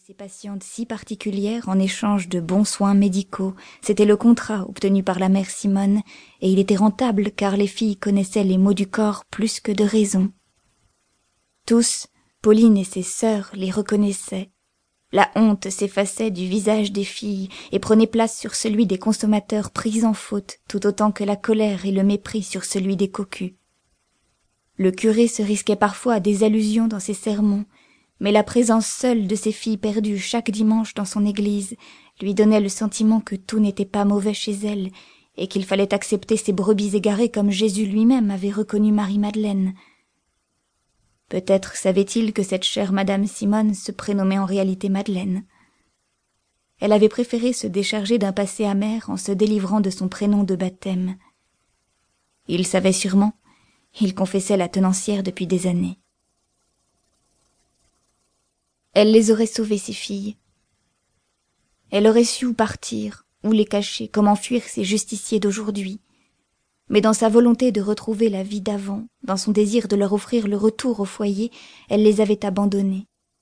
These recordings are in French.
ces patientes si particulières en échange de bons soins médicaux. C'était le contrat obtenu par la mère Simone, et il était rentable car les filles connaissaient les maux du corps plus que de raison. Tous, Pauline et ses sœurs, les reconnaissaient. La honte s'effaçait du visage des filles et prenait place sur celui des consommateurs pris en faute, tout autant que la colère et le mépris sur celui des cocus. Le curé se risquait parfois à des allusions dans ses sermons, mais la présence seule de ces filles perdues chaque dimanche dans son église lui donnait le sentiment que tout n'était pas mauvais chez elles et qu'il fallait accepter ces brebis égarées comme Jésus lui-même avait reconnu Marie-Madeleine. Peut-être savait-il que cette chère Madame Simone se prénommait en réalité Madeleine. Elle avait préféré se décharger d'un passé amer en se délivrant de son prénom de baptême. Il savait sûrement, il confessait la tenancière depuis des années. Elle les aurait sauvées, ces filles. Elle aurait su où partir, où les cacher, comment fuir ces justiciers d'aujourd'hui. Mais dans sa volonté de retrouver la vie d'avant, dans son désir de leur offrir le retour au foyer, elle les avait abandonnées.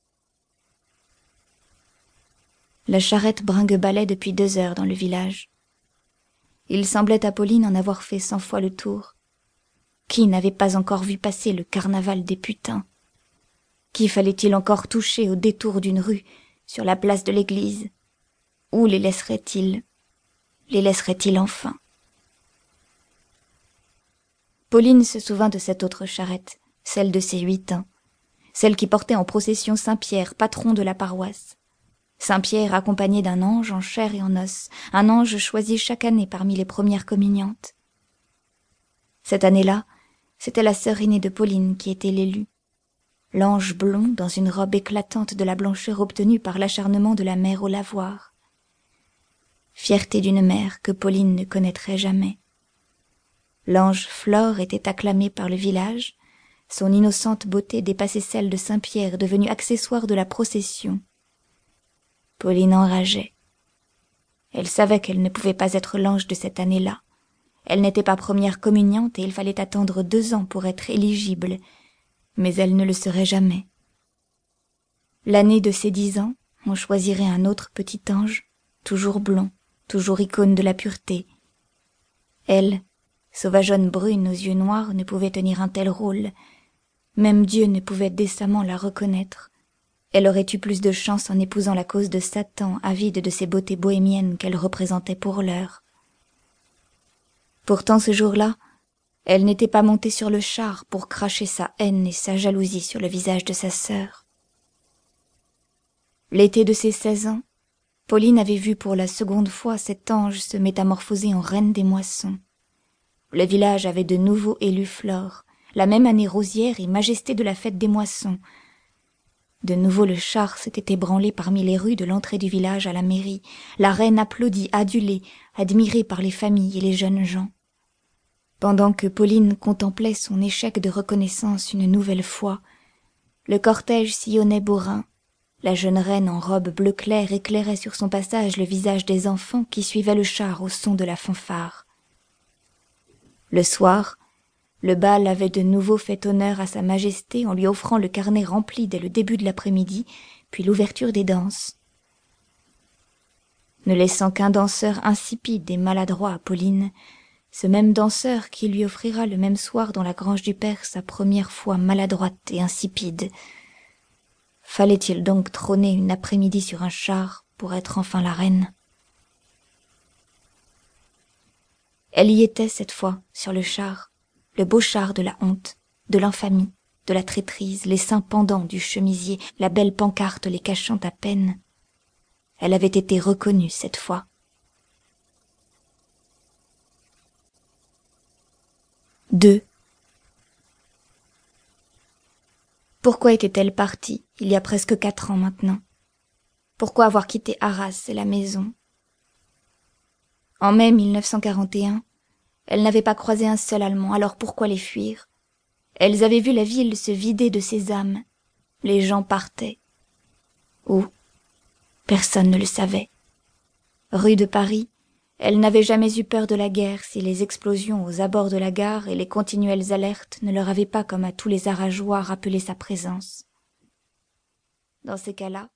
La charrette brinque-ballait depuis 2 heures dans le village. Il semblait à Pauline en avoir fait 100 fois le tour. Qui n'avait pas encore vu passer le carnaval des putains? Qui fallait-il encore toucher au détour d'une rue, sur la place de l'église? Où les laisserait-il? Les laisserait-il enfin? Pauline se souvint de cette autre charrette, celle de ses 8 ans, celle qui portait en procession Saint-Pierre, patron de la paroisse. Saint-Pierre accompagné d'un ange en chair et en os, un ange choisi chaque année parmi les premières communiantes. Cette année-là, c'était la sœur aînée de Pauline qui était l'élue. L'ange blond dans une robe éclatante de la blancheur obtenue par l'acharnement de la mère au lavoir. Fierté d'une mère que Pauline ne connaîtrait jamais. L'ange Flore était acclamé par le village, son innocente beauté dépassait celle de Saint-Pierre, devenu accessoire de la procession. Pauline enrageait. Elle savait qu'elle ne pouvait pas être l'ange de cette année-là. Elle n'était pas première communiante et il fallait attendre 2 ans pour être éligible, mais elle ne le serait jamais. L'année de ses 10 ans, on choisirait un autre petit ange, toujours blond, toujours icône de la pureté. Elle, sauvageonne brune aux yeux noirs, ne pouvait tenir un tel rôle. Même Dieu ne pouvait décemment la reconnaître. Elle aurait eu plus de chance en épousant la cause de Satan, avide de ces beautés bohémiennes qu'elle représentait pour l'heure. Pourtant, ce jour-là, elle n'était pas montée sur le char pour cracher sa haine et sa jalousie sur le visage de sa sœur. L'été de ses 16 ans, Pauline avait vu pour la seconde fois cet ange se métamorphoser en reine des moissons. Le village avait de nouveau élu Flore, la même année rosière et majesté de la fête des moissons. De nouveau le char s'était ébranlé parmi les rues de l'entrée du village à la mairie, la reine applaudie, adulée, admirée par les familles et les jeunes gens. Pendant que Pauline contemplait son échec de reconnaissance une nouvelle fois, le cortège sillonnait Beaurain. La jeune reine en robe bleu clair éclairait sur son passage le visage des enfants qui suivaient le char au son de la fanfare. Le soir, le bal avait de nouveau fait honneur à sa majesté en lui offrant le carnet rempli dès le début de l'après-midi, puis l'ouverture des danses. Ne laissant qu'un danseur insipide et maladroit à Pauline, ce même danseur qui lui offrira le même soir dans la grange du père sa première fois maladroite et insipide. Fallait-il donc trôner une après-midi sur un char pour être enfin la reine? Elle y était cette fois, sur le char, le beau char de la honte, de l'infamie, de la traîtrise, les seins pendants du chemisier, la belle pancarte les cachant à peine. Elle avait été reconnue cette fois. Deux. Pourquoi était-elle partie, il y a presque 4 ans maintenant? Pourquoi avoir quitté Arras et la maison? En mai 1941, elles n'avaient pas croisé un seul Allemand, alors pourquoi les fuir? Elles avaient vu la ville se vider de ses âmes. Les gens partaient. Où? Personne ne le savait. Rue de Paris, elles n'avaient jamais eu peur de la guerre si les explosions aux abords de la gare et les continuelles alertes ne leur avaient pas comme à tous les arageois rappelé sa présence. Dans ces cas-là,